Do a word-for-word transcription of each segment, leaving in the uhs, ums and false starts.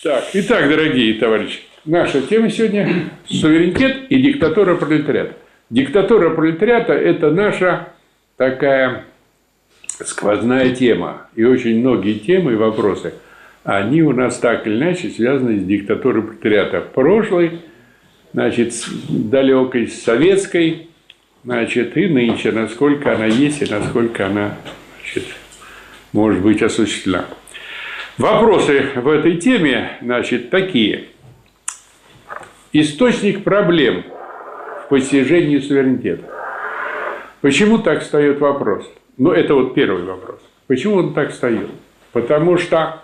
Так, итак, дорогие товарищи, наша тема сегодня – суверенитет и диктатура пролетариата. Диктатура пролетариата – это наша такая сквозная тема. И очень многие темы и вопросы, они у нас так или иначе связаны с диктатурой пролетариата. Прошлой, значит, далекой, советской, значит, и нынче, насколько она есть и насколько она, значит, может быть осуществлена. Вопросы в этой теме, значит, такие. Источник проблем в постижении суверенитета. Почему так встает вопрос? Ну, это вот первый вопрос. Почему он так встает? Потому что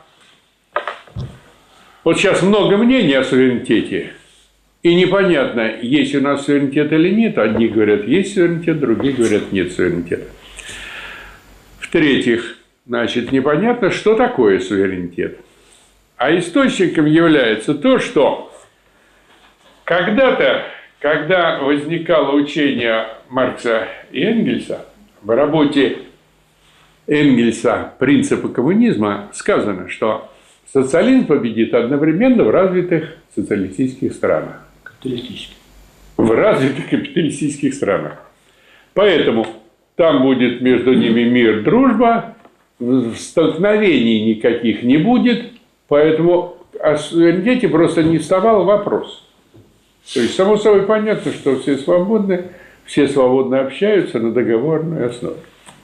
вот сейчас много мнений о суверенитете, и непонятно, есть у нас суверенитет или нет. Одни говорят, есть суверенитет, другие говорят, нет суверенитета. В-третьих, значит, непонятно, что такое суверенитет. А источником является то, что когда-то, когда возникало учение Маркса и Энгельса, в работе Энгельса «Принципы коммунизма» сказано, что социализм победит одновременно в развитых социалистических странах. Капиталистических. В развитых капиталистических странах. Поэтому там будет между ними мир, дружба, столкновений никаких не будет, поэтому о суверенитете просто не вставал вопрос. То есть, само собой понятно, что все свободны, все свободно общаются на договорной основе.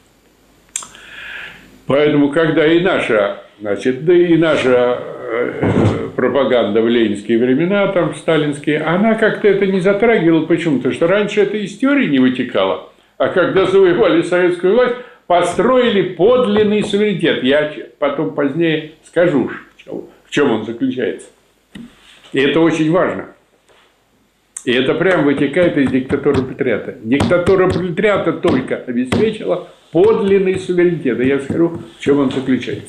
Поэтому, когда и наша, значит, да и наша э, пропаганда в ленинские времена, там, сталинские, она как-то это не затрагивала. Почему? Потому что раньше это из теории не вытекало, а когда завоевали советскую власть, построили подлинный суверенитет. Я потом позднее скажу, в чем он заключается. И это очень важно. И это прямо вытекает из диктатуры пролетариата. Диктатура пролетариата только обеспечила подлинный суверенитет. И я скажу, в чем он заключается.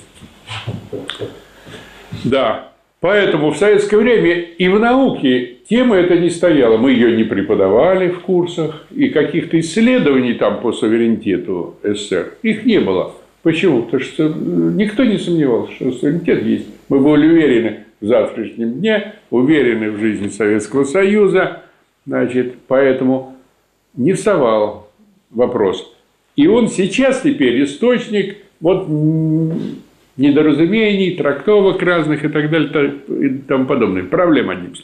Да. Поэтому в советское время и в науке тема эта не стояла. Мы ее не преподавали в курсах. И каких-то исследований там по суверенитету СССР их не было. Почему? Потому что никто не сомневался, что суверенитет есть. Мы были уверены в завтрашнем дне, уверены в жизни Советского Союза. Значит, поэтому не вставал вопрос. И он сейчас теперь источник вот недоразумений, трактовок разных и так далее и тому подобное. Проблем одним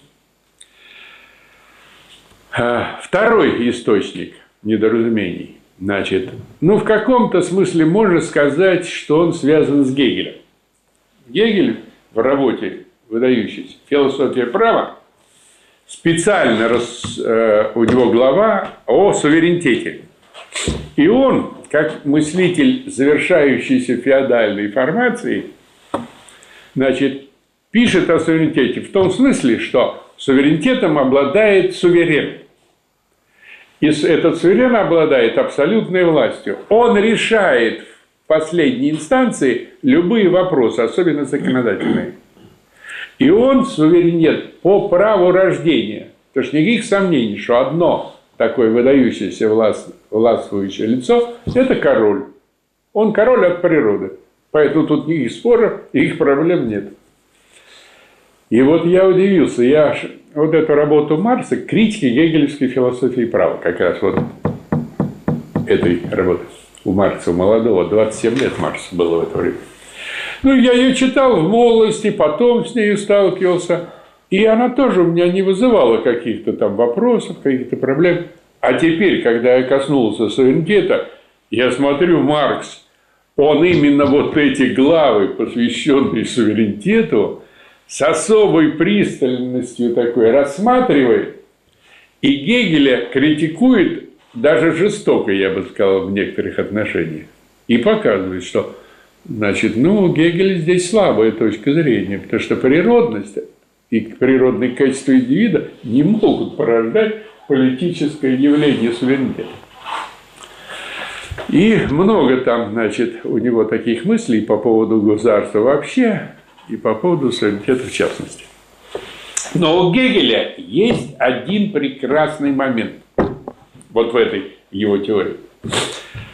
словом. Второй источник недоразумений. Значит, ну, в каком-то смысле можно сказать, что он связан с Гегелем. Гегель в работе выдающейся «Философия права» специально рас, э, у него глава о суверенитете. И он, как мыслитель завершающейся феодальной формации, значит, пишет о суверенитете в том смысле, что суверенитетом обладает суверен. И этот суверен обладает абсолютной властью. Он решает в последней инстанции любые вопросы, особенно законодательные. И он суверенитет по праву рождения. Потому что никаких сомнений, что одно такое выдающееся власт, властвующее лицо – это король. Он король от природы. Поэтому тут никаких споров, никаких проблем нет. И вот я удивился. Я вот эту работу Маркса «Критики гегелевской философии права», как раз вот этой работы у Маркса, у молодого, двадцать семь лет Марксу было в это время. Ну, я ее читал в молодости, потом с нею сталкивался. И она тоже у меня не вызывала каких-то там вопросов, каких-то проблем. А теперь, когда я коснулся суверенитета, я смотрю, Маркс, он именно вот эти главы, посвященные суверенитету, с особой пристальностью такой рассматривает. И Гегеля критикует даже жестоко, я бы сказал, в некоторых отношениях. И показывает, что... Значит, ну, Гегель здесь слабая точка зрения, потому что природность и природные качества индивида не могут порождать политическое явление суверенитета. И много там, значит, у него таких мыслей по поводу государства вообще и по поводу суверенитета в частности. Но у Гегеля есть один прекрасный момент вот в этой его теории.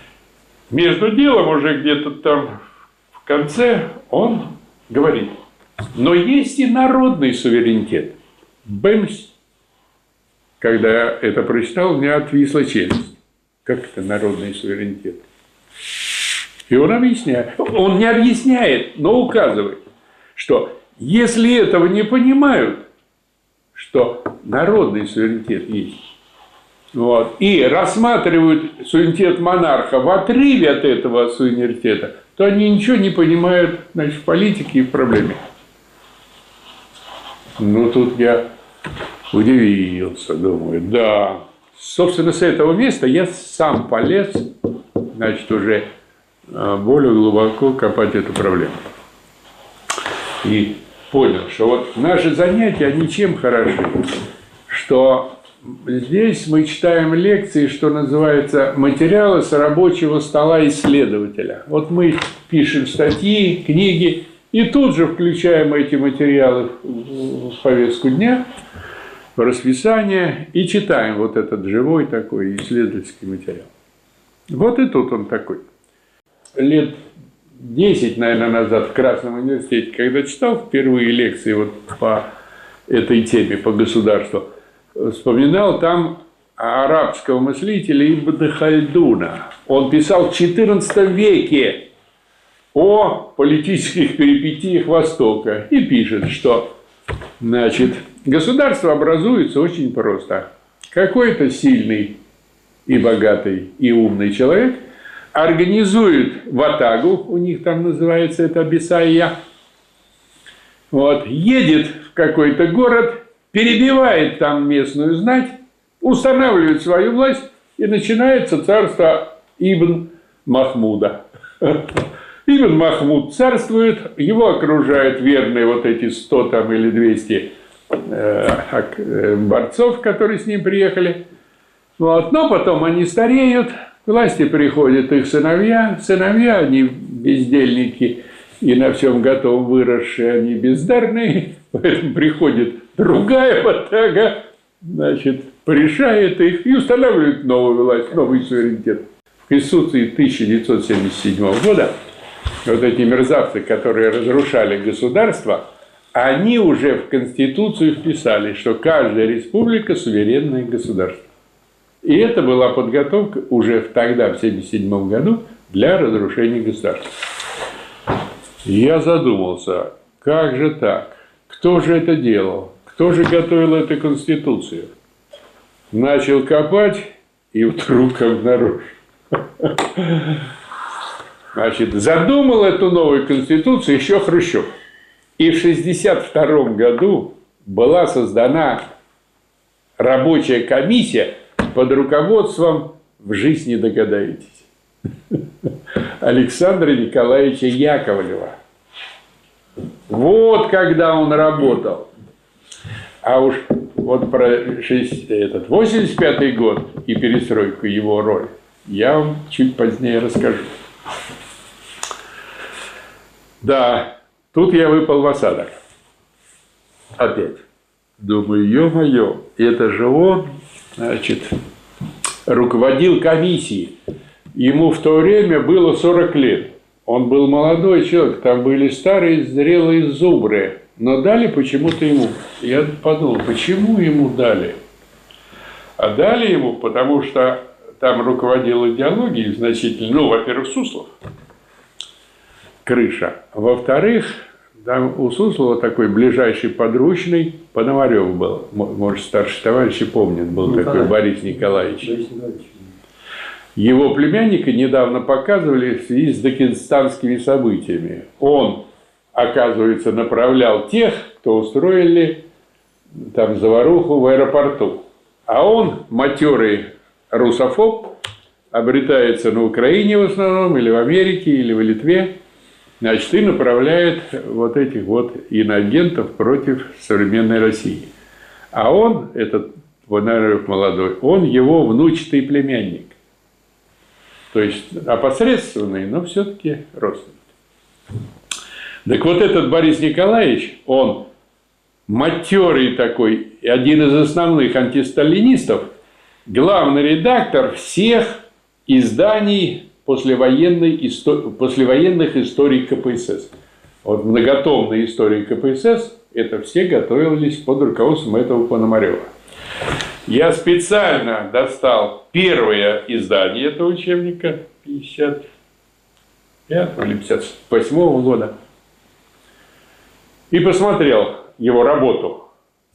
Между делом уже где-то там в конце он говорит, Но есть и народный суверенитет. Бэмс! Когда я это прочитал, у меня отвисла челюсть. Как это народный суверенитет? И он объясняет. Он не объясняет, но указывает, что если этого не понимают, что народный суверенитет есть, вот, и рассматривают суверенитет монарха в отрыве от этого суверенитета, то они ничего не понимают, значит, в политике и в проблеме. Ну, тут я удивился, думаю, да. Собственно, с этого места я сам полез, значит, уже более глубоко копать эту проблему. И понял, что вот наши занятия, они чем хороши, что здесь мы читаем лекции, что называется, материалы с рабочего стола исследователя. Вот мы пишем статьи, книги, и тут же включаем эти материалы в повестку дня, в расписание, и читаем вот этот живой такой исследовательский материал. Вот и тут он такой. Лет десять, наверное, назад в Красном университете, когда читал впервые лекции вот по этой теме, по государству, вспоминал там арабского мыслителя Ибн Хальдуна. Он писал в четырнадцатом веке о политических перипетиях Востока и пишет, что, значит, государство образуется очень просто. Какой-то сильный и богатый и умный человек организует ватагу, у них там называется это Абиссайя, вот, едет в какой-то город, перебивает там местную знать, устанавливает свою власть, и начинается царство Ибн Махмуда. Ибн Махмуд царствует, его окружают верные вот эти сто там или двести э, борцов, которые с ним приехали. Вот. Но потом они стареют, к власти приходят их сыновья. Сыновья, они бездельники и на всем готовом выросшие, они бездарные. Поэтому приходит другая ватага, значит, порешает их и устанавливает новую власть, новый суверенитет. В Конституции тысяча девятьсот семьдесят седьмого года вот эти мерзавцы, которые разрушали государство, они уже в Конституцию вписали, что каждая республика – суверенное государство. И это была подготовка уже тогда, в семьдесят седьмом году, для разрушения государства. И я задумался, как же так? Кто же это делал? Кто же готовил эту Конституцию? Начал копать и вдруг обнаружил. Значит, задумал эту новую Конституцию еще Хрущев. И в шестьдесят втором году была создана рабочая комиссия под руководством, в жизни не догадаетесь, Александра Николаевича Яковлева. Вот когда он работал. А уж вот про этот восемьдесят пятый год и перестройку, его роль, я вам чуть позднее расскажу. Да, тут я выпал в осадок. Опять. Думаю, ё-моё, это же он, значит, руководил комиссией. Ему в то время было сорок лет. Он был молодой человек, там были старые, зрелые зубры. Но дали почему-то ему. Я подумал, почему ему дали? А дали ему, потому что там руководил идеологией значительно. Ну, во-первых, Суслов. Крыша. Во-вторых, там у Суслова такой ближайший подручный Пономарев был. Может, старший товарищи помнят, был Николай. Такой Борис Николаевич. Борис Николаевич. Его племянника недавно показывали в связи с дагестанскими событиями. Он, оказывается, направлял тех, кто устроили там заваруху в аэропорту. А он, матерый русофоб, обретается на Украине в основном, или в Америке, или в Литве. Значит, и направляет вот этих вот иноагентов против современной России. А он, этот Пономарев молодой, он его внучатый племянник. То есть опосредственный, но все-таки родственник. Так вот этот Борис Николаевич, он матерый такой, один из основных антисталинистов, главный редактор всех изданий послевоенной, послевоенных историй ка пэ эс эс. Вот многотомная история ка пэ эс эс, это все готовились под руководством этого Пономарева. Я специально достал первое издание этого учебника пятьдесят пятого или пятьдесят восьмого года и посмотрел его работу.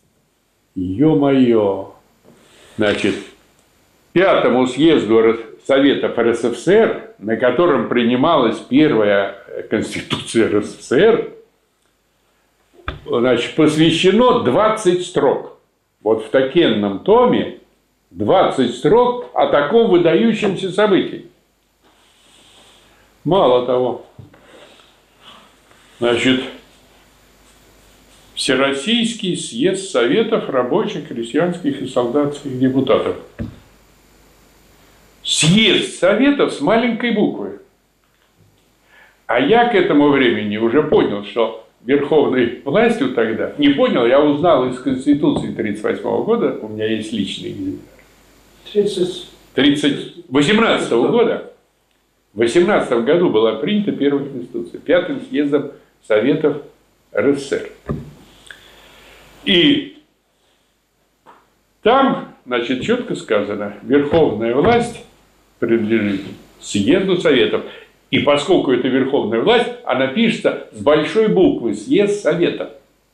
Ё-моё! Значит, пятому съезду Советов эр эс эф эс эр, на котором принималась первая Конституция эр эс эф эс эр, значит, посвящено двадцать строк. Вот в такенном томе двадцать строк о таком выдающемся событии. Мало того, значит, Всероссийский съезд Советов рабочих, крестьянских и солдатских депутатов. Съезд Советов с маленькой буквы. А я к этому времени уже понял, что верховной властью тогда, не понял, я узнал из Конституции тридцать восьмого года, у меня есть личный экземпляр, тридцать восемнадцатого года, в восемнадцатом году была принята первая Конституция, пятым съездом Советов эр эс эс эр. И там, значит, четко сказано, верховная власть принадлежит съезду Советов. И поскольку это верховная власть, она пишется с большой буквы «Съезд Советов».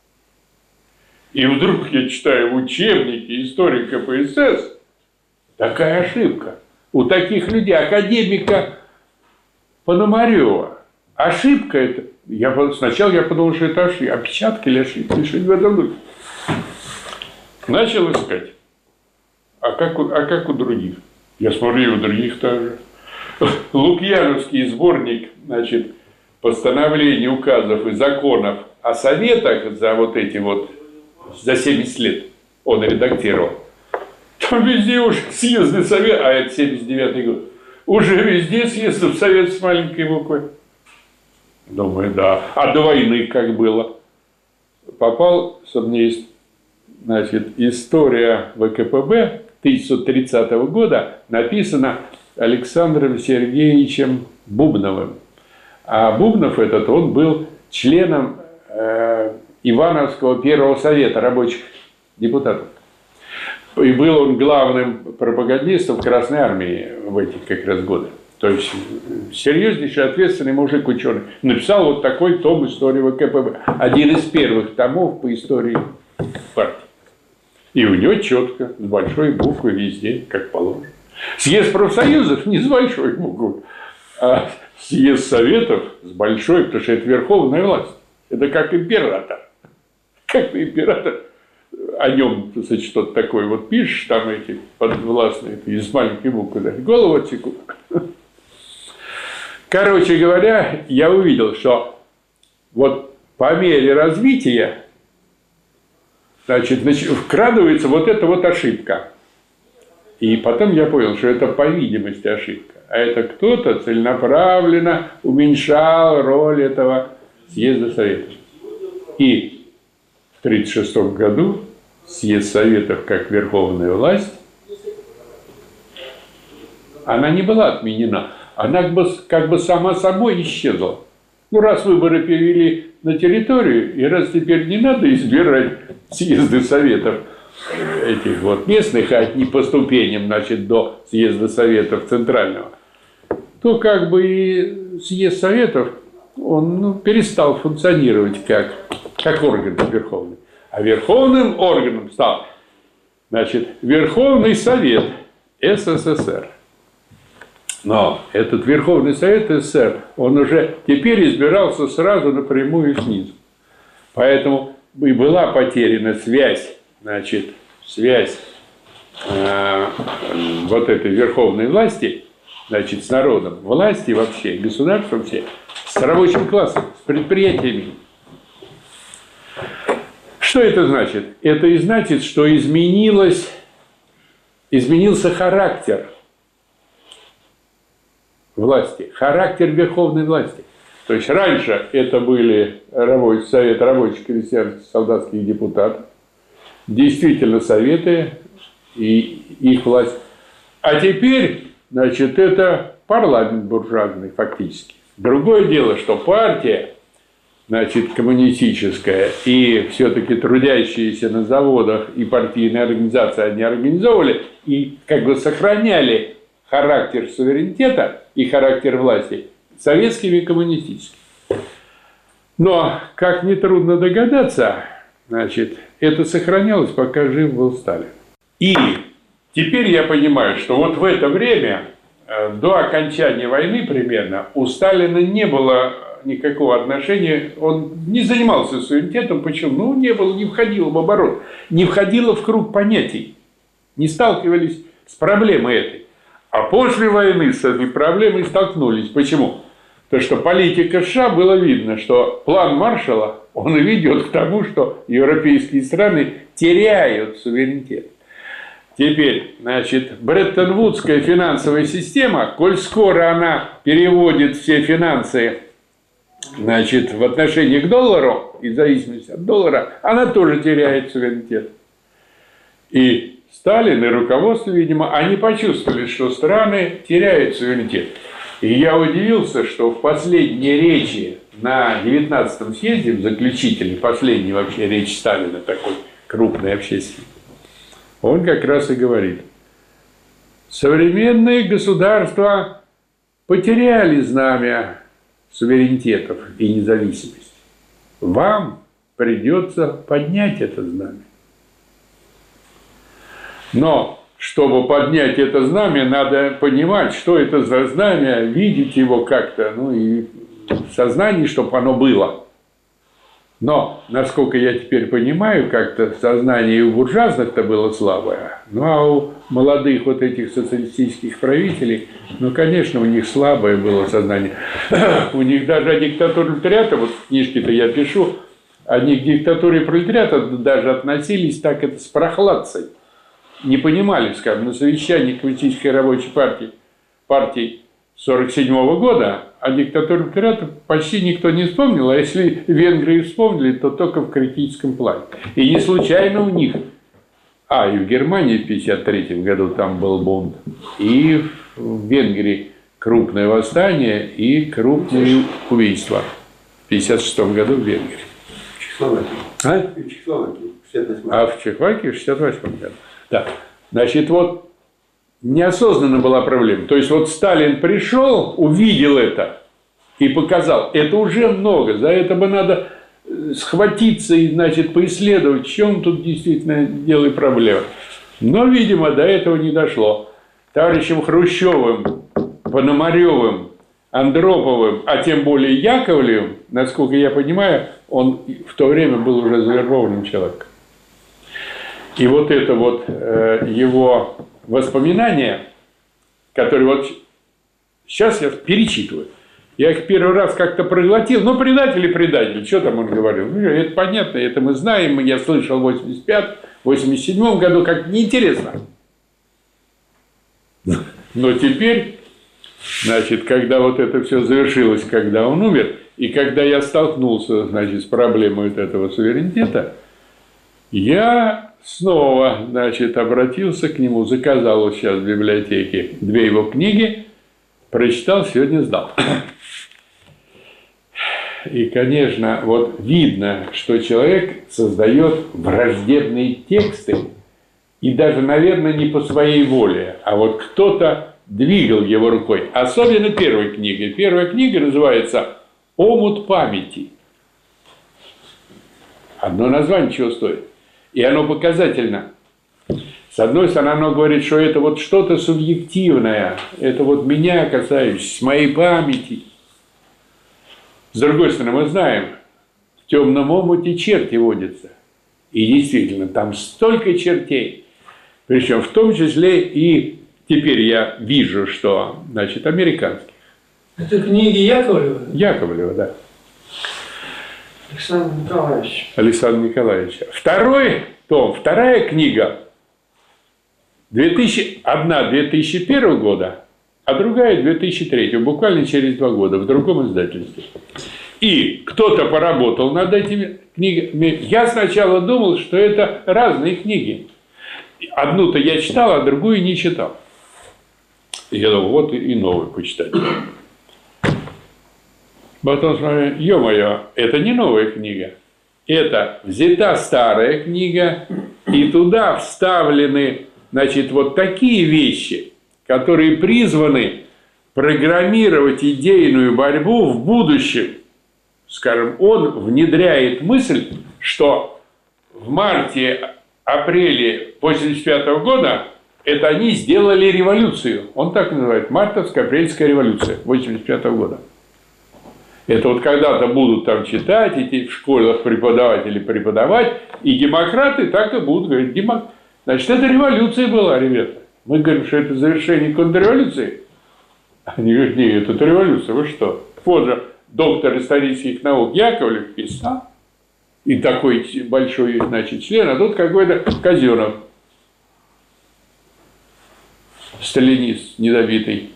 И вдруг я читаю в учебнике истории ка пэ эс эс такая ошибка. У таких людей, академика Пономарева, ошибка это. Я, сначала я подумал, что это ошибка, опечатка или ошибка, или что-нибудь в этом духе. Начал искать. А как, у, а как у других? Я смотрю, у других тоже. Лукьяновский сборник, значит, постановлений, указов и законов о советах за вот эти вот, за семьдесят лет он редактировал. Там везде уже съезды совет, а это семьдесят девятый год, уже везде съездов совет с маленькой буквой. Думаю, да. А до войны как было? Попал, чтобы мне есть, значит, история вэ ка пэ бэ тысяча девятьсот тридцатого года написана Александром Сергеевичем Бубновым. А Бубнов этот, он был членом э, Ивановского первого совета рабочих депутатов. И был он главным пропагандистом Красной Армии в эти как раз годы. То есть серьезнейший, ответственный мужик, ученый. Написал вот такой том истории вэ ка пэ бэ. Один из первых томов по истории партии. И у него четко, с большой буквы везде, как положено. Съезд профсоюзов не с большой буквы, а съезд советов с большой, потому что это верховная власть. Это как император. Как ты император, о нем, кстати, что-то такое вот пишешь, там эти подвластные, из маленькой буквы, да, голову отсекут. Короче говоря, я увидел, что вот по мере развития, значит, вкрадывается вот эта вот ошибка. И потом я понял, что это, по видимости, ошибка. А это кто-то целенаправленно уменьшал роль этого съезда Советов. И в тридцать шестом году съезд Советов как верховная власть, она не была отменена. Она как бы, как бы сама собой исчезла. Ну, раз выборы перевели на территорию, и раз теперь не надо избирать съезды Советов, этих вот местных, а не по ступеням, значит, до съезда Советов центрального, то как бы и съезд Советов, он ну, перестал функционировать как, как орган верховный. А верховным органом стал, значит, Верховный Совет эс эс эс эр. Но этот Верховный Совет эс эс эс эр, он уже теперь избирался сразу напрямую снизу. Поэтому и была потеряна связь, значит, связь э, вот этой верховной власти, значит, с народом, власти вообще, государством все, с рабочим классом, с предприятиями. Что это значит? Это и значит, что изменилось, изменился характер власти, характер верховной власти. То есть раньше это были рабочий, совет рабочих, крестьянских, солдатских депутатов, действительно советы и их власть. А теперь, значит, это парламент буржуазный фактически. Другое дело, что партия значит, коммунистическая, и все-таки трудящиеся на заводах и партийные организации они организовывали и как бы сохраняли характер суверенитета и характер власти советскими и коммунистическими. Но, как нетрудно догадаться, значит, это сохранялось, пока жив был Сталин. И теперь я понимаю, что вот в это время, до окончания войны примерно, у Сталина не было никакого отношения, он не занимался суверенитетом. Почему? Ну, не было, не входило в оборот, не входило в круг понятий, не сталкивались с проблемой этой. А после войны с этой проблемой столкнулись. Почему? Потому что политика США было видно, что план Маршалла, он и ведет к тому, что европейские страны теряют суверенитет. Теперь, значит, Бреттон-Вудская финансовая система, коль скоро она переводит все финансы, значит, в отношении к доллару, и в зависимости от доллара, она тоже теряет суверенитет. И Сталин и руководство, видимо, они почувствовали, что страны теряют суверенитет. И я удивился, что в последней речи на девятнадцатом съезде, в заключительной, последней вообще речь Сталина, такой крупный общественный, он как раз и говорит: современные государства потеряли знамя суверенитетов и независимости. Вам придется поднять это знамя. Но чтобы поднять это знамя, надо понимать, что это за знамя, видеть его как-то, ну и в сознании, чтобы оно было. Но, насколько я теперь понимаю, как-то сознание у буржуазных-то было слабое, ну а у молодых вот этих социалистических правителей, ну, конечно, у них слабое было сознание. У них даже о диктатуре пролетариата, вот в книжке-то я пишу, они к диктатуре пролетариата даже относились так это с прохладцей. Не понимали, скажем, на совещании Коммунистической рабочей партии, партии сорок седьмого года, а диктатуру пролетариата почти никто не вспомнил, а если венгры вспомнили, то только в критическом плане. И не случайно у них, а и в Германии в пятьдесят третьем году там был бунт, и в Венгрии крупное восстание и крупные убийства. В пятьдесят шестом году в Венгрии. В Чехословакии. А? В Чехословакии. В шестьдесят восьмом. А в Чехословакии в шестьдесят восьмом году. Да. Значит, вот неосознанно была проблема. То есть, вот Сталин пришел, увидел это и показал. Это уже много. За это бы надо схватиться и, значит, поисследовать, в чем тут действительно дело и проблема. Но, видимо, до этого не дошло. Товарищем Хрущевым, Пономаревым, Андроповым, а тем более Яковлевым, насколько я понимаю, он в то время был уже завербованным человеком. И вот это вот э, его воспоминания, которые вот сейчас я перечитываю, я их первый раз как-то проглотил, ну, предатель и предатель, что там он говорил? Ну, это понятно, это мы знаем, я слышал в восемьдесят пятом, восемьдесят седьмом году, как неинтересно. Но теперь, значит, когда вот это все завершилось, когда он умер, и когда я столкнулся, значит, с проблемой вот этого суверенитета, я снова, значит, обратился к нему, заказал вот сейчас в библиотеке две его книги, прочитал, сегодня сдал. И, конечно, вот видно, что человек создает враждебные тексты, и даже, наверное, не по своей воле, а вот кто-то двигал его рукой. Особенно первой книгой. Первая книга называется «Омут памяти». Одно название чего стоит. И оно показательно. С одной стороны, оно говорит, что это вот что-то субъективное, это вот меня касающееся, моей памяти. С другой стороны, мы знаем, в темном омуте черти водятся. И действительно, там столько чертей. Причем в том числе и теперь я вижу, что, значит, американских. Это книги Яковлева? Яковлева, да. Александр Николаевич. Александр Николаевич. Второй том, вторая книга, две тысячи, одна две тысячи первого года, а другая две тысячи третьего, буквально через два года, в другом издательстве. И кто-то поработал над этими книгами. Я сначала думал, что это разные книги. Одну-то я читал, а другую не читал. И я думал, вот и новую почитать. Потом смотрю, ё-моё, это не новая книга. Это взята старая книга, и туда вставлены, значит, вот такие вещи, которые призваны программировать идейную борьбу в будущем. Скажем, он внедряет мысль, что в марте-апреле восемьдесят пятого года это они сделали революцию. Он так называет, мартовская апрельская революция восемьдесят пятого года. Это вот когда-то будут там читать, эти в школах преподаватели преподавать, и демократы так и будут говорить, демок... значит, это революция была, ребята. Мы говорим, что это завершение контрреволюции. Они говорят, нет, это революция, вы что? Вот же доктор исторических наук Яковлев писал, и такой большой, значит, член, а тут какой-то Казенов, сталинист недобитый.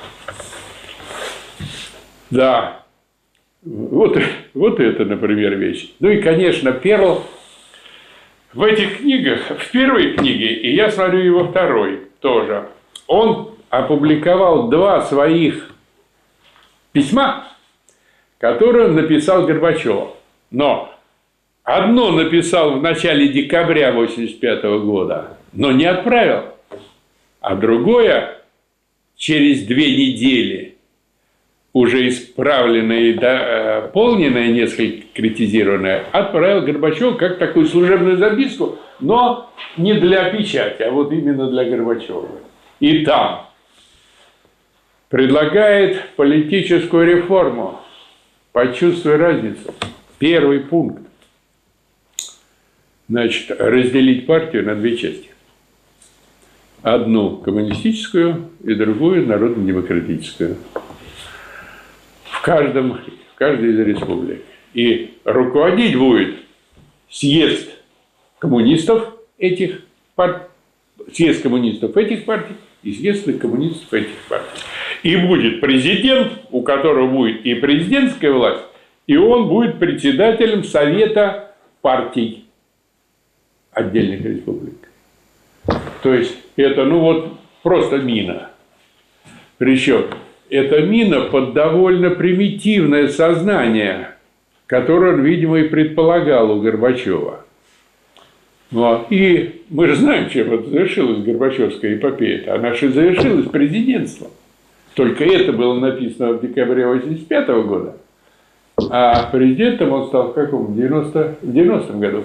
Да. Вот, вот это, например, вещь. Ну и, конечно, Перл в этих книгах, в первой книге, и я смотрю и во второй тоже, он опубликовал два своих письма, которые он написал Горбачеву. Но одно написал в начале декабря восемьдесят пятого года, но не отправил, а другое через две недели, уже исправленное и дополненное, несколько критизированное, отправил Горбачеву как такую служебную записку, но не для печати, а вот именно для Горбачева. И там предлагает политическую реформу. Почувствуй разницу. Первый пункт. Значит, разделить партию на две части. Одну коммунистическую и другую народно-демократическую. В, каждом, в каждой из республик. И руководить будет съезд коммунистов этих партий, съезд коммунистов этих партий и съезд коммунистов этих партий. И будет президент, у которого будет и президентская власть, и он будет председателем Совета партий отдельных республик. То есть это, ну вот, просто мина. Причем это мина под довольно примитивное сознание, которое он, видимо, и предполагал у Горбачева. Вот. И мы же знаем, чем это завершилась Горбачевская эпопея. Она же завершилась президентством. Только это было написано в декабре восемьдесят пятого года. А президентом он стал в каком? В девяностом году.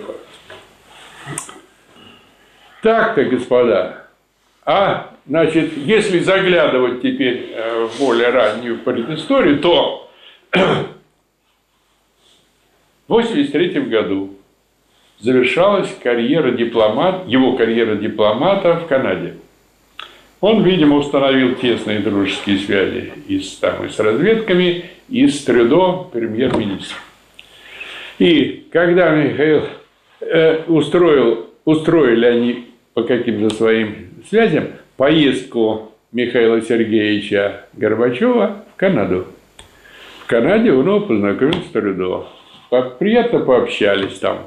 Так-то, господа. А, значит, если заглядывать теперь в более раннюю предысторию, то в восемьдесят третьем году завершалась карьера дипломата, его карьера дипломата в Канаде. Он, видимо, установил тесные дружеские связи и с, там, и с разведками, и с Трюдо, премьер-министром. И когда Михаил э, устроил, устроили они по каким-то своим связям поездку Михаила Сергеевича Горбачева в Канаду. В Канаде он его познакомился с Трюдо. Приятно пообщались там.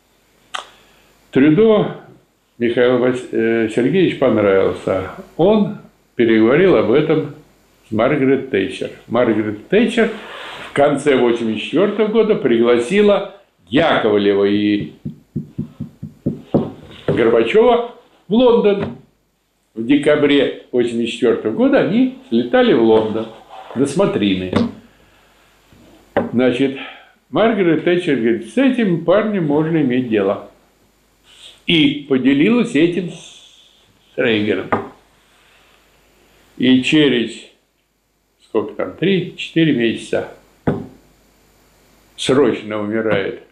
Трюдо Михаил Сергеевич понравился. Он переговорил об этом с Маргарет Тэтчер. Маргарет Тэтчер в конце восемьдесят четвёртого года пригласила Яковлева и Горбачева в Лондон. В декабре восемьдесят четвёртого года они слетали в Лондон на смотрины. Значит, Маргарет Тэтчер говорит, с этим парнем можно иметь дело. И поделилась этим с Рейганом. И через, сколько там, три-четыре месяца срочно умирает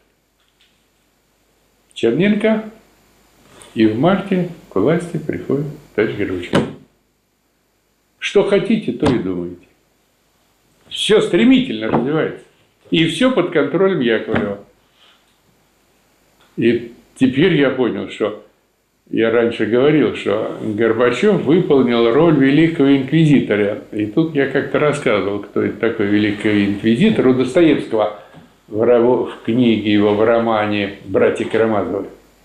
Черненко, и в марте к власти приходит товарищ Горбачев. Что хотите, то и думаете. Все стремительно развивается. И все под контролем Яковлева. И теперь я понял, что я раньше говорил, что Горбачев выполнил роль великого инквизитора. И тут я как-то рассказывал, кто это такой великий инквизитор у Достоевского в, в книге его, в романе «Братья Карамазовы».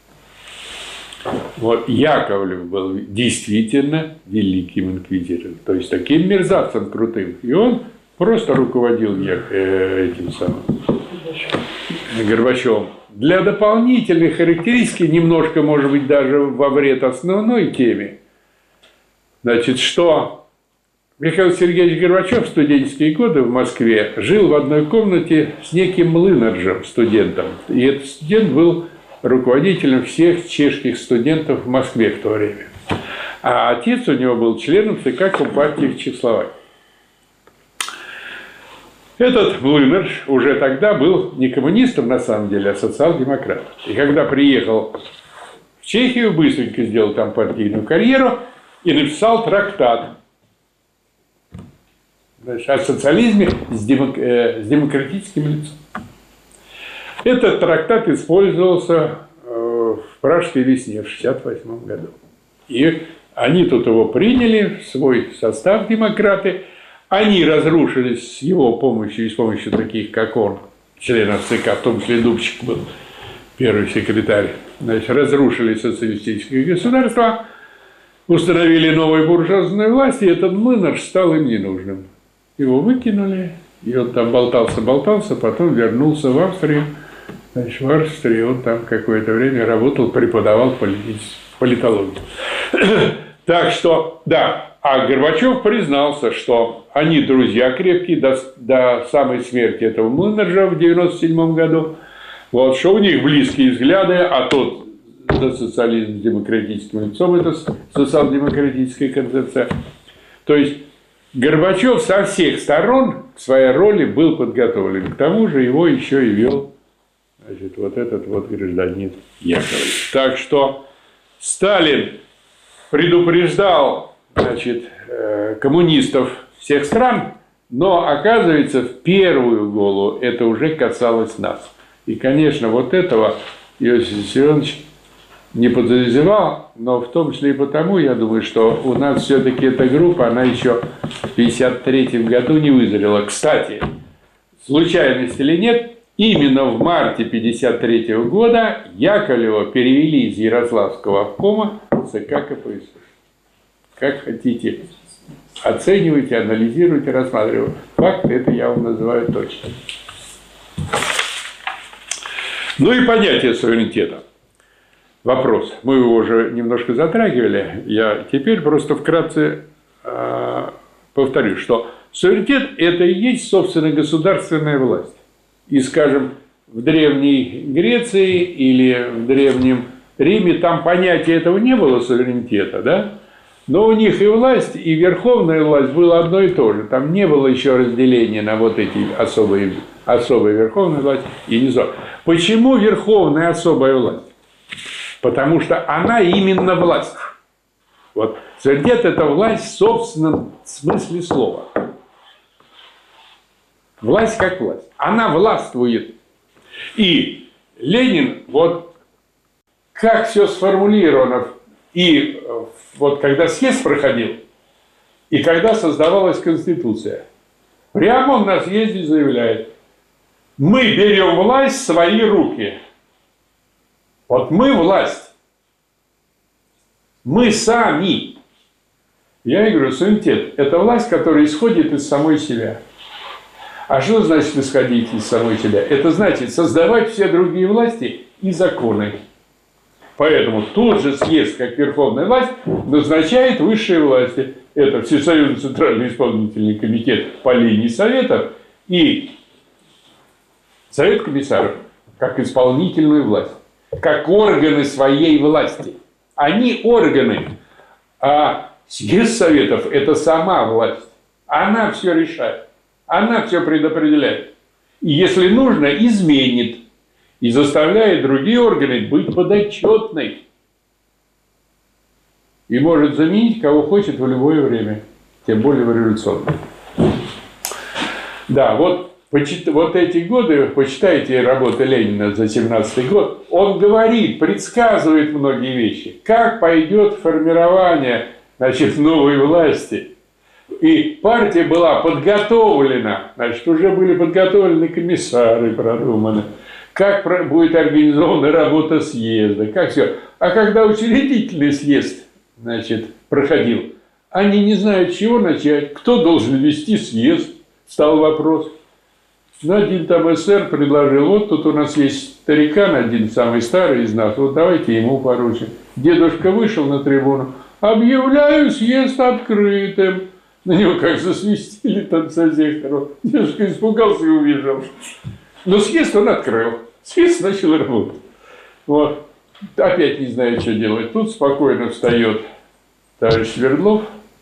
Вот Яковлев был действительно великим инквизитором, то есть таким мерзавцем крутым. И он просто руководил этим самым Горбачевым. Для дополнительной характеристики, немножко, может быть, даже во вред основной теме, значит, что Михаил Сергеевич Горбачев в студенческие годы в Москве жил в одной комнате с неким Млынарджем, студентом. И этот студент был руководителем всех чешских студентов в Москве в то время. А отец у него был членом ЦК Компартии в Чехословакии. Этот Млынардж уже тогда был не коммунистом на самом деле, а социал-демократом. И когда приехал в Чехию, быстренько сделал там партийную карьеру и написал трактат, значит, о социализме с, демок... э, с демократическим лицом. Этот трактат использовался э, в Пражской весне в шестьдесят восьмом году. И они тут его приняли в свой состав, демократы. Они разрушились с его помощью и с помощью таких, как он, членов ЦК, в том числе Дубчик был первый секретарь, значит, разрушили социалистическое государство, установили новую буржуазную власть, и этот Млынардж стал им ненужным. Его выкинули, и он там болтался-болтался, потом вернулся в Австрию. Значит, в Австрии он там какое-то время работал, преподавал политологию. Так что, да. А Горбачев признался, что они друзья крепкие до, до самой смерти этого Млынарджа в девяносто седьмом году. Вот, что у них близкие взгляды, а тот за социализм с демократическим лицом, это социал-демократическая концепция. То есть Горбачев со всех сторон к своей роли был подготовлен. К тому же его еще и вел, значит, вот этот вот гражданин Яковлев. Так что Сталин предупреждал, значит, коммунистов всех стран, но, оказывается, в первую голову это уже касалось нас. И, конечно, вот этого Иосиф Виссарионович не подозревал, но в том числе и потому, я думаю, что у нас все-таки эта группа, она еще в пятьдесят третьем году не вызрела. Кстати, случайность или нет, именно в марте пятьдесят третьего года Яковлева перевели из Ярославского обкома в ЦК КПСС. Как хотите, оценивайте, анализируйте, рассматривайте. Факт, это я вам называю точно. Ну и понятие суверенитета. Вопрос. Мы его уже немножко затрагивали. Я теперь просто вкратце э, повторю, что суверенитет – это и есть, собственно, государственная власть. И, скажем, в Древней Греции или в Древнем Риме там понятия этого не было, суверенитета, да? Но у них и власть, и верховная власть было одно и то же. Там не было еще разделения на вот эти особые, особая верховная власть и низовая. Почему верховная особая власть? Потому что она именно власть. Вот. Суверенитет – это власть в собственном смысле слова. Власть как власть. Она властвует. И Ленин, вот как все сформулировано, и вот когда съезд проходил, и когда создавалась Конституция, прямо он на съезде заявляет: мы берем власть в свои руки. Вот мы власть. Мы сами. Я и говорю, суверенитет – это власть, которая исходит из самой себя. А что значит исходить из самой себя? Это значит создавать все другие власти и законы. Поэтому тот же съезд, как верховная власть, назначает высшие власти. Это Всесоюзный Центральный исполнительный комитет по линии Советов и Совет комиссаров, как исполнительную власть, как органы своей власти. Они органы, а съезд Советов – это сама власть. Она все решает, она все предопределяет. И если нужно, изменит. И заставляет другие органы быть подотчетной. И может заменить кого хочет в любое время. Тем более в революционное. Да, вот, вот эти годы, почитайте работы Ленина за семнадцатый год, он говорит, предсказывает многие вещи. Как пойдет формирование, значит, новой власти. И партия была подготовлена, значит, уже были подготовлены комиссары, продуманы. Как будет организована работа съезда, как все. А когда учредительный съезд, значит, проходил, они не знают, с чего начать, кто должен вести съезд, стал вопрос. Ну, один там эсэр предложил, вот тут у нас есть старикан, один самый старый из нас, вот давайте ему поручим. Дедушка вышел на трибуну, объявляю съезд открытым. На него как засвистели там со всех сторон. Дедушка испугался и убежал. Но съезд он открыл. Съезд начал работать. Вот. Опять не знаю, что делать. Тут спокойно встает товарищ Свердлов.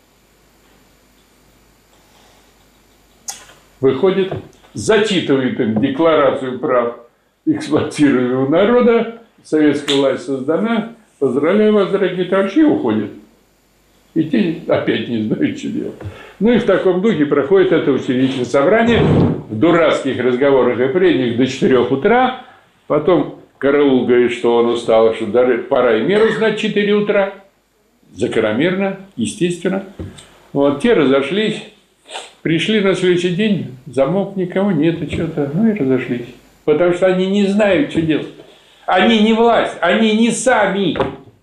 Выходит, зачитывает им декларацию прав эксплуатируемого народа. Советская власть создана. Поздравляю вас, дорогие товарищи, и уходит. И те опять не знают, что делать. Ну и в таком духе проходит это учредительное собрание в дурацких разговорах и прениях до четырёх утра. Потом караул говорит, что он устал, что пора и меру знать четыре утра. Закономерно, естественно. Вот те разошлись. Пришли на следующий день, замок никого нет, и что-то, ну и разошлись. Потому что они не знают, что делать. Они не власть, они не сами.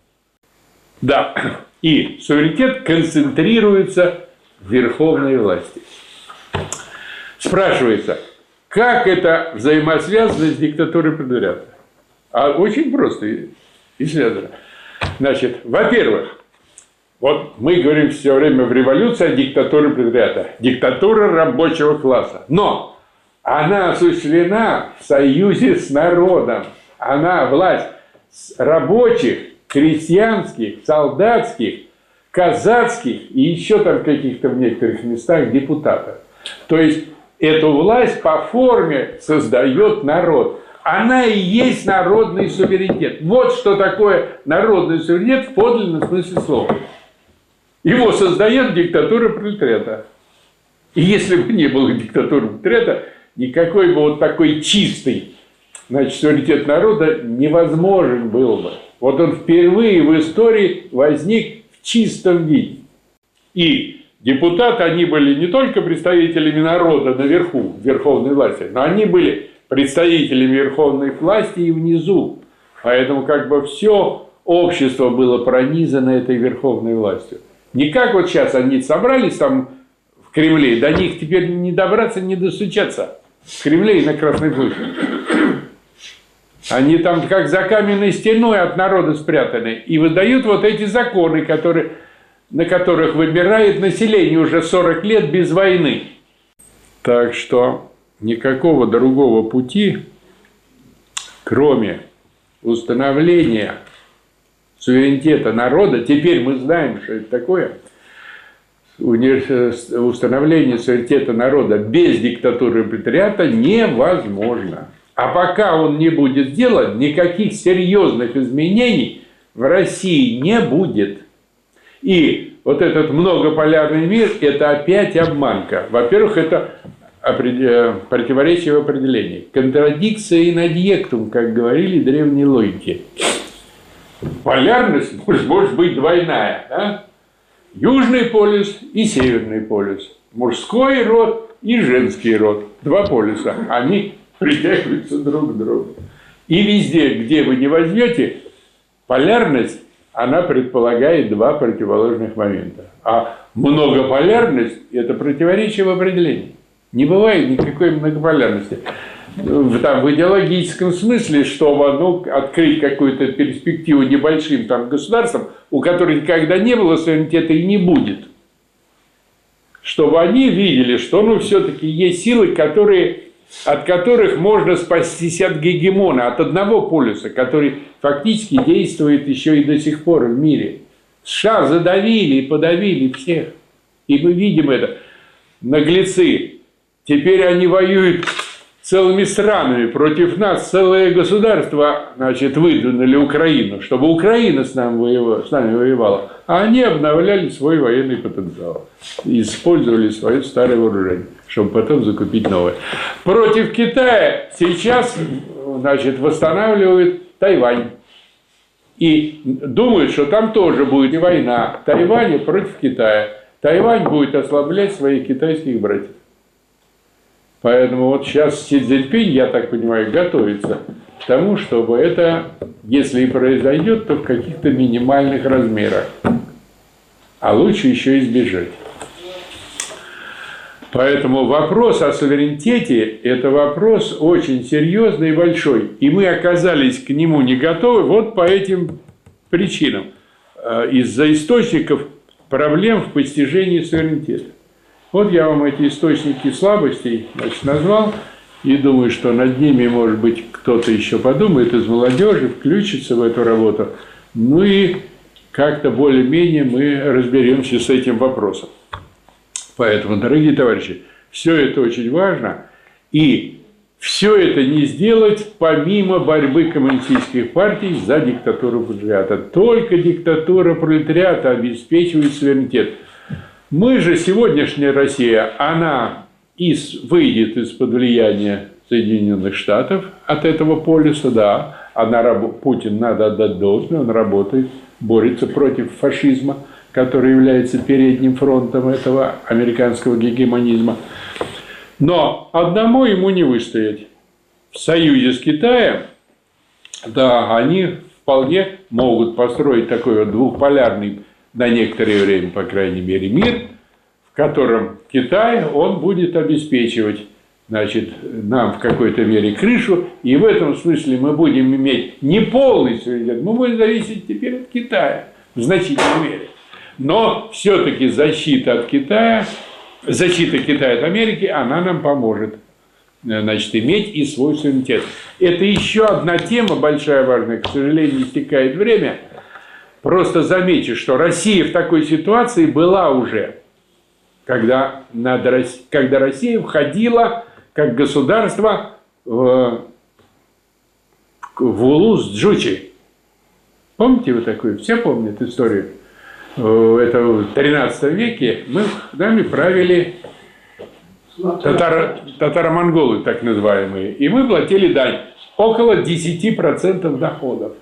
Да. И суверенитет концентрируется в верховной власти. Спрашивается, как это взаимосвязано с диктатурой пролетариата? А очень просто и связано. Значит, во-первых, вот мы говорим все время в революции о диктатуре пролетариата. Диктатура рабочего класса. Но она осуществлена в союзе с народом. Она власть рабочих, крестьянских, солдатских, казацких и еще там каких-то в некоторых местах депутатов. То есть эту власть по форме создает народ. Она и есть народный суверенитет. Вот что такое народный суверенитет в подлинном смысле слова. Его создает диктатура пролетариата. И если бы не было диктатуры пролетариата, никакой бы вот такой чистый, значит, суверенитет народа невозможен был бы. Вот он впервые в истории возник в чистом виде. И депутаты, они были не только представителями народа наверху, верховной власти, но они были представителями верховной власти и внизу. Поэтому как бы все общество было пронизано этой верховной властью. Не как вот сейчас они собрались там в Кремле, до них теперь не добраться, не достучаться. В Кремле и на Красной площади. Они там как за каменной стеной от народа спрятаны. И выдают вот эти законы, которые, на которых выбирает население уже сорок лет без войны. Так что никакого другого пути, кроме установления суверенитета народа, теперь мы знаем, что это такое, установление суверенитета народа без диктатуры пролетариата невозможно. А пока он не будет сделан, никаких серьезных изменений в России не будет. И вот этот многополярный мир – это опять обманка. Во-первых, это противоречие в определении. Контрадикция in adjectum, как говорили древние логики. Полярность может быть двойная. Да? Южный полюс и северный полюс. Мужской род и женский род. Два полюса. Они притягиваются друг к другу. И везде, где вы не возьмете, полярность, она предполагает два противоположных момента. А многополярность – это противоречие в определении. Не бывает никакой многополярности. Там, в идеологическом смысле, чтобы ну, открыть какую-то перспективу небольшим там, государствам, у которых никогда не было суверенитета и не будет. Чтобы они видели, что ну, все-таки есть силы, которые, от которых можно спастись от гегемона, от одного полюса, который фактически действует еще и до сих пор в мире. США задавили и подавили всех. И мы видим это. Наглецы. Теперь они воюют целыми странами против нас. Целое государство, значит, выдвинули Украину, чтобы Украина с нами воевала, с нами воевала. А они обновляли свой военный потенциал. Использовали свое старое вооружение, чтобы потом закупить новое. Против Китая сейчас, значит, восстанавливают Тайвань. И думают, что там тоже будет война Тайваня против Китая. Тайвань будет ослаблять своих китайских братьев. Поэтому вот сейчас Си Цзиньпинь, я так понимаю, готовится к тому, чтобы это, если и произойдет, то в каких-то минимальных размерах. А лучше еще избежать. Поэтому вопрос о суверенитете – это вопрос очень серьезный и большой. И мы оказались к нему не готовы вот по этим причинам. Из-за источников проблем в постижении суверенитета. Вот я вам эти источники слабостей, значит, назвал. И думаю, что над ними, может быть, кто-то еще подумает из молодежи, включится в эту работу. Ну и как-то более-менее мы разберемся с этим вопросом. Поэтому, дорогие товарищи, все это очень важно. И все это не сделать помимо борьбы коммунистических партий за диктатуру пролетариата. Только диктатура пролетариата обеспечивает суверенитет. Мы же, сегодняшняя Россия, она из, выйдет из-под влияния Соединенных Штатов от этого полюса, да. Она, Путин, надо отдать должное, он работает, борется против фашизма, который является передним фронтом этого американского гегемонизма. Но одному ему не выстоять. В союзе с Китаем, да, они вполне могут построить такой вот двухполярный, на некоторое время, по крайней мере, мир, в котором Китай, он будет обеспечивать, значит, нам в какой-то мере крышу, и в этом смысле мы будем иметь не полный суверенитет, мы будем зависеть теперь от Китая в значительной мере. Но все-таки защита от Китая, защита Китая от Америки, она нам поможет, значит, иметь и свой суверенитет. Это еще одна тема большая, важная, к сожалению, истекает время. Просто замечу, что Россия в такой ситуации была уже, когда, надо, когда Россия входила как государство в, в Улус-Джучи. Помните вы такую? Все помнят историю? Это в тринадцатом веке мы, нами правили татаро, татаро-монголы, так называемые, и мы платили дань около десяти процентов доходов.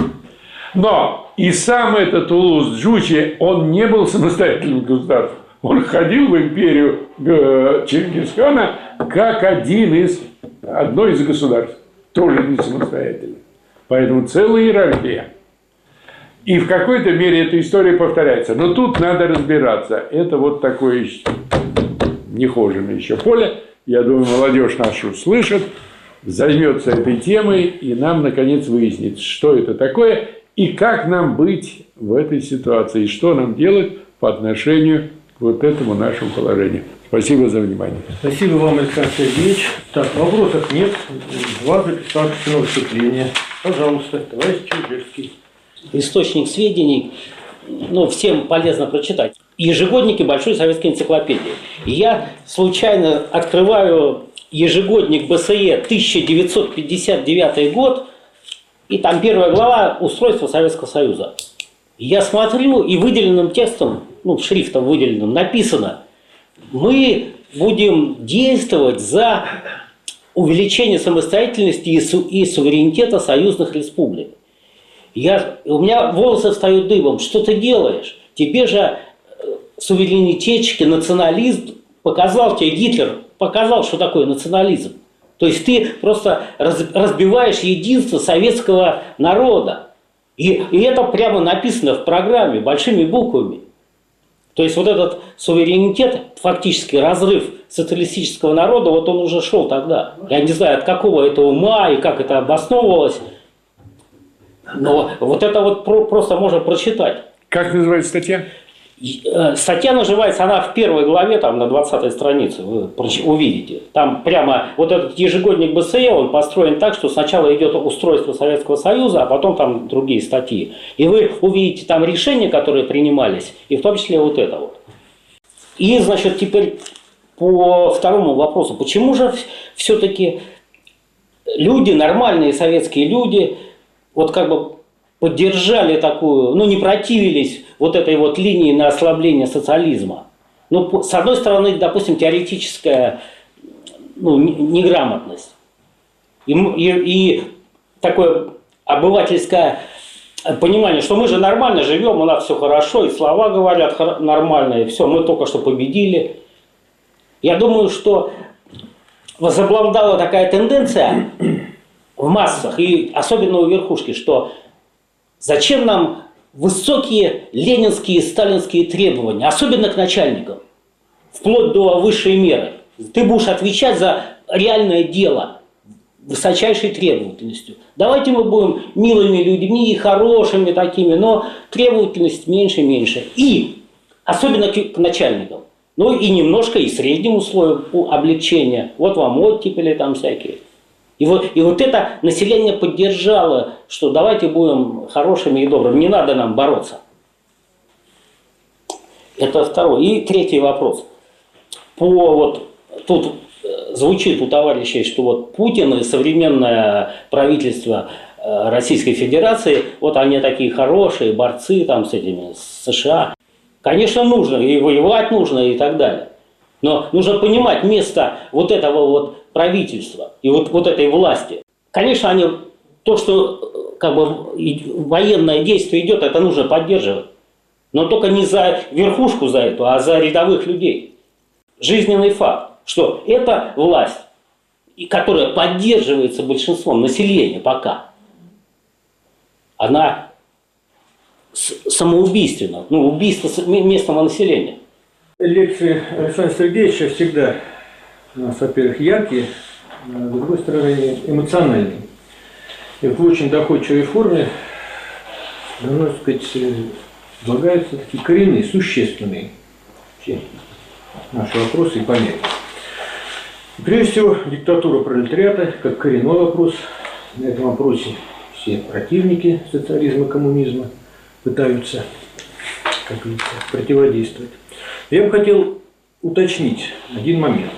Но и сам этот Улус-Джучи, он не был самостоятельным государством. Он входил в империю Чингисхана как один из, одно из государств, тоже не самостоятельно. Поэтому целая иерархия. И в какой-то мере эта история повторяется. Но тут надо разбираться. Это вот такое нехоженное еще поле. Я думаю, молодежь нашу слышит, займется этой темой, и нам, наконец, выяснит, что это такое, и как нам быть в этой ситуации, и что нам делать по отношению к вот этому нашему положению. Спасибо за внимание. Спасибо вам, Александр Сергеевич. Так, вопросов нет. Два записавшихся на выступление. Пожалуйста, товарищ Чижевский. Источник сведений, ну, всем полезно прочитать. Ежегодники Большой советской энциклопедии. Я случайно открываю ежегодник БСЕ тысяча девятьсот пятьдесят девятый год, и там первая глава «Устройство Советского Союза». Я смотрю, и выделенным текстом, ну, шрифтом выделенным, написано: мы будем действовать за увеличение самостоятельности и, су и суверенитета союзных республик. Я, у меня волосы встают дыбом. Что ты делаешь? Тебе же суверенитетчики, националист показал тебе, Гитлер показал, что такое национализм. То есть ты просто раз, разбиваешь единство советского народа. И, и это прямо написано в программе большими буквами. То есть вот этот суверенитет, фактически разрыв социалистического народа, вот он уже шел тогда. Я не знаю, от какого это ума и как это обосновывалось. Но вот это вот просто можно прочитать. Как называется статья? Статья называется, она в первой главе, там на двадцатой странице, вы увидите. Там прямо вот этот ежегодник БСЕ, он построен так, что сначала идет устройство Советского Союза, а потом там другие статьи. И вы увидите там решения, которые принимались, и в том числе вот это вот. И, значит, теперь по второму вопросу. Почему же все-таки люди, нормальные советские люди, вот как бы поддержали такую, ну не противились вот этой вот линии на ослабление социализма? Ну, с одной стороны, допустим, теоретическая, ну, неграмотность. И, и, и такое обывательское понимание, что мы же нормально живем, у нас все хорошо, и слова говорят нормальные, все, мы только что победили. Я думаю, что возобладала такая тенденция в массах, и особенно у верхушки, что зачем нам высокие ленинские и сталинские требования, особенно к начальникам. вплоть до высшей меры. Ты будешь отвечать за реальное дело высочайшей требовательностью. Давайте мы будем милыми людьми, хорошими такими, но требовательность меньше и меньше. И особенно к, к начальникам. Ну и немножко и среднему слою облегчения. Вот вам оттепели там всякие. И вот, и вот это население поддержало, что давайте будем хорошими и добрыми, не надо нам бороться. Это второй. И третий вопрос. По вот тут звучит у товарищей, что вот Путин и современное правительство Российской Федерации, вот они такие хорошие борцы там с этими, с США. Конечно, нужно, и воевать нужно, и так далее. Но нужно понимать место вот этого вот правительства и вот, вот этой власти. Конечно, они, то, что как бы военное действие идет, это нужно поддерживать. Но только не за верхушку за эту, а за рядовых людей. Жизненный факт, что эта власть, которая поддерживается большинством населения пока, она самоубийственна, ну, убийство местного населения. Лекции Александра Сергеевича всегда у нас, во-первых, яркие, а с другой стороны, эмоциональные. И в очень доходчивой форме, ну, так сказать, излагаются такие коренные, существенные все наши вопросы и понятия. И прежде всего, диктатура пролетариата, как коренной вопрос. На этом вопросе все противники социализма и коммунизма пытаются, как говорится, противодействовать. Я бы хотел уточнить один момент.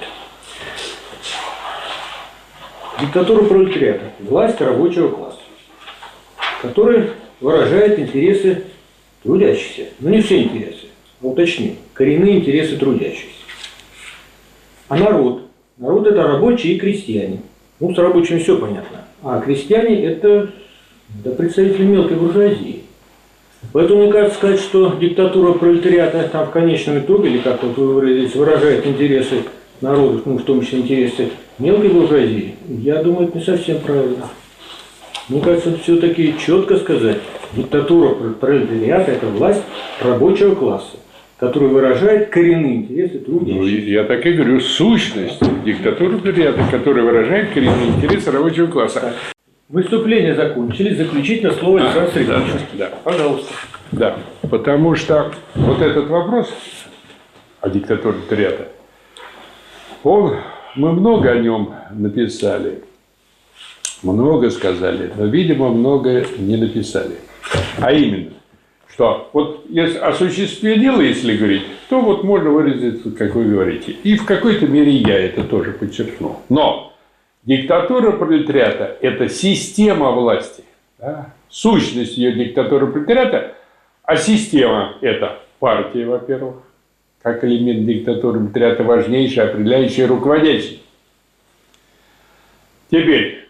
Диктатура пролетариата – власть рабочего класса, который выражает интересы трудящихся. Но не все интересы, а уточним, коренные интересы трудящихся. А народ? Народ – это рабочие и крестьяне. Ну, с рабочими все понятно. А крестьяне – это, это представители мелкой буржуазии. Поэтому мне кажется сказать, что диктатура пролетариата там в конечном итоге, или как вот вы выразились, выражает интересы народа, ну, в том числе интересы мелкой буржуазии, я думаю, это не совсем правильно. Мне кажется, все-таки четко сказать, диктатура пролетариата – это власть рабочего класса, который выражает коренные интересы трудящихся. Ну, я так и говорю, сущность диктатуры пролетариата, которая выражает коренные интересы рабочего класса. Так. Выступление закончили, заключительное слово Александра а, Сергеевича. Да, да. Пожалуйста. Да, потому что вот этот вопрос о диктатуре пролетариата, он, мы много о нем написали, много сказали, но, видимо, много не написали. А именно, что вот если осуществление, если говорить, то вот можно выразить, как вы говорите. И в какой-то мере я это тоже подчеркну. Но диктатура пролетариата – это система власти. Да? Сущность ее диктатуры пролетариата, а система – это партия, во-первых, как элемент диктатуры пролетариата важнейший, определяющий, руководящий. Теперь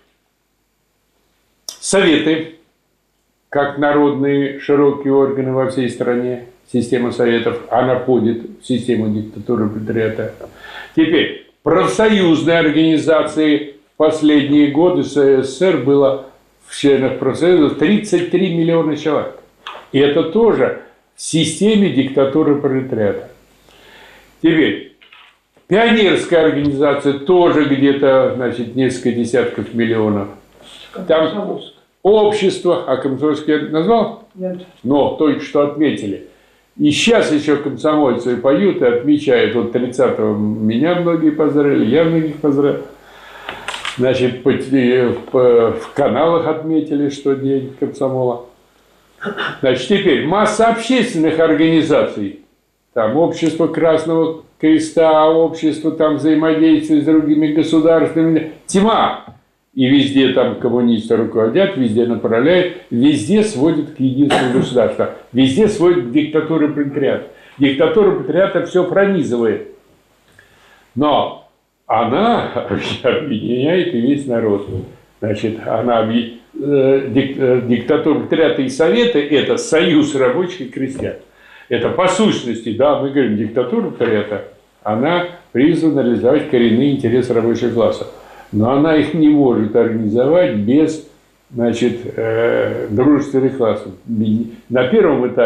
советы, как народные широкие органы во всей стране, система советов, она входит в систему диктатуры пролетариата. Теперь профсоюзные организации. В последние годы в СССР было в членах профсоюзов тридцать три миллиона человек. И это тоже в системе диктатуры пролетариата. Теперь пионерская организация тоже где-то, значит, несколько десятков миллионов. Там общество, а комсомольский я назвал? Нет. Но только что отметили. И сейчас еще комсомольцы поют и отмечают. Вот тридцатого меня многие поздравили, я многих поздравил. Значит, по, по, в каналах отметили, что день комсомола. Значит, теперь масса общественных организаций. Там общество Красного Креста, общество там взаимодействия с другими государствами. Тьма. И везде там коммунисты руководят, везде направляют, везде сводят к единству государства. Везде сводят к диктатуре пролетариата. Диктатура пролетариата все пронизывает. Но она объединяет и весь народ. Значит, она объ... диктатура пролетариата и советы – это союз рабочих и крестьян. Это по сущности, да, мы говорим, диктатура пролетариата, она призвана реализовать коренные интересы рабочего класса. Но она их не может организовать без, значит, э, дружественных классов. На первом этапе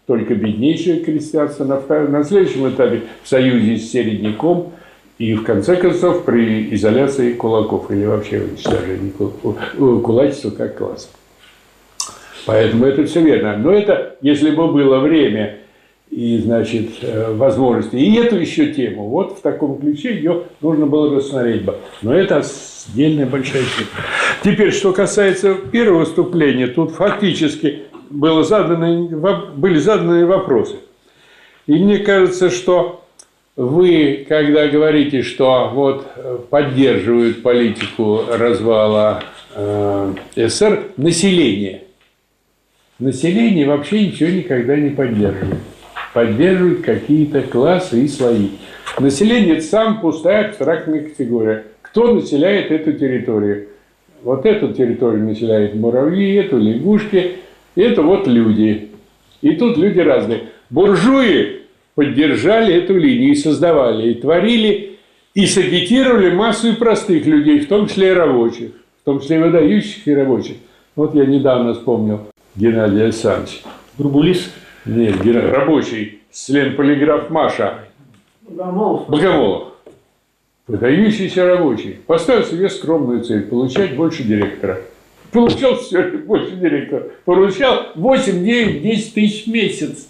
только беднейшее крестьянство, на, на следующем этапе в союзе с середняком и, в конце концов, при изоляции кулаков или вообще уничтожении кулачества как класса. Поэтому это все верно. Но это, если бы было время и, значит, возможности, и эту еще тему, вот в таком ключе ее нужно было рассмотреть бы. Но это отдельная большая тема. Теперь, что касается первого выступления, тут фактически было заданы, были заданы вопросы. И мне кажется, что вы, когда говорите, что вот поддерживают политику развала э, СССР, население. Население вообще ничего никогда не поддерживает. Поддерживают какие-то классы и слои. Население – это самая пустая абстрактная категория. Кто населяет эту территорию? Вот эту территорию населяют муравьи, эту лягушки, это вот люди. И тут люди разные. Буржуи поддержали эту линию и создавали, и творили, и сагитировали массу и простых людей, в том числе и рабочих, в том числе и выдающихся и рабочих. Вот я недавно вспомнил Геннадий Александрович. Бурбулис? Нет, рабочий, член-полиграф Маша. Богомолов. Богомолов. Выдающийся рабочий. Поставил себе скромную цель – получать больше директора. Получал все больше директора. Получал восемь, девять, десять тысяч в месяц.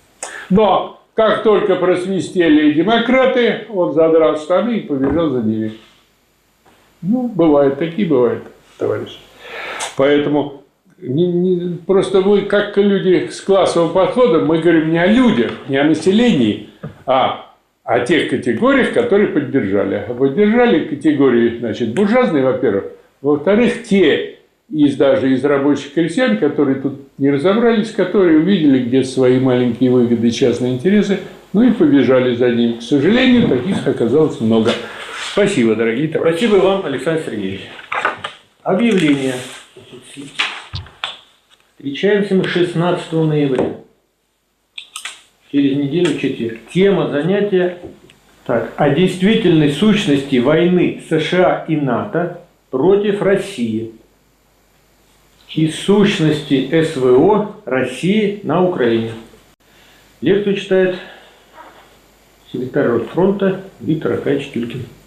Но как только просвистели демократы, он задрал штаны и побежал за ними. Ну, бывает, такие бывают, товарищи. Поэтому... Не, не, просто мы, как люди с классовым подходом, мы говорим не о людях, не о населении, а о тех категориях, которые поддержали. А поддержали категории, значит, буржуазные, во-первых. Во-вторых, те из даже из рабочих крестьян, которые тут не разобрались, которые увидели где-то свои маленькие выгоды, частные интересы, ну и побежали за ним. К сожалению, таких оказалось много. Спасибо, дорогие товарищи. Спасибо вам, Александр Сергеевич. Объявление. Встречаемся мы шестнадцатого ноября. Через неделю, в четверг. Тема занятия так, о действительной сущности войны США и НАТО против России и сущности СВО России на Украине. Лекцию читает секретарь Ротфронта Виктор Аркадьевич Тюлькин.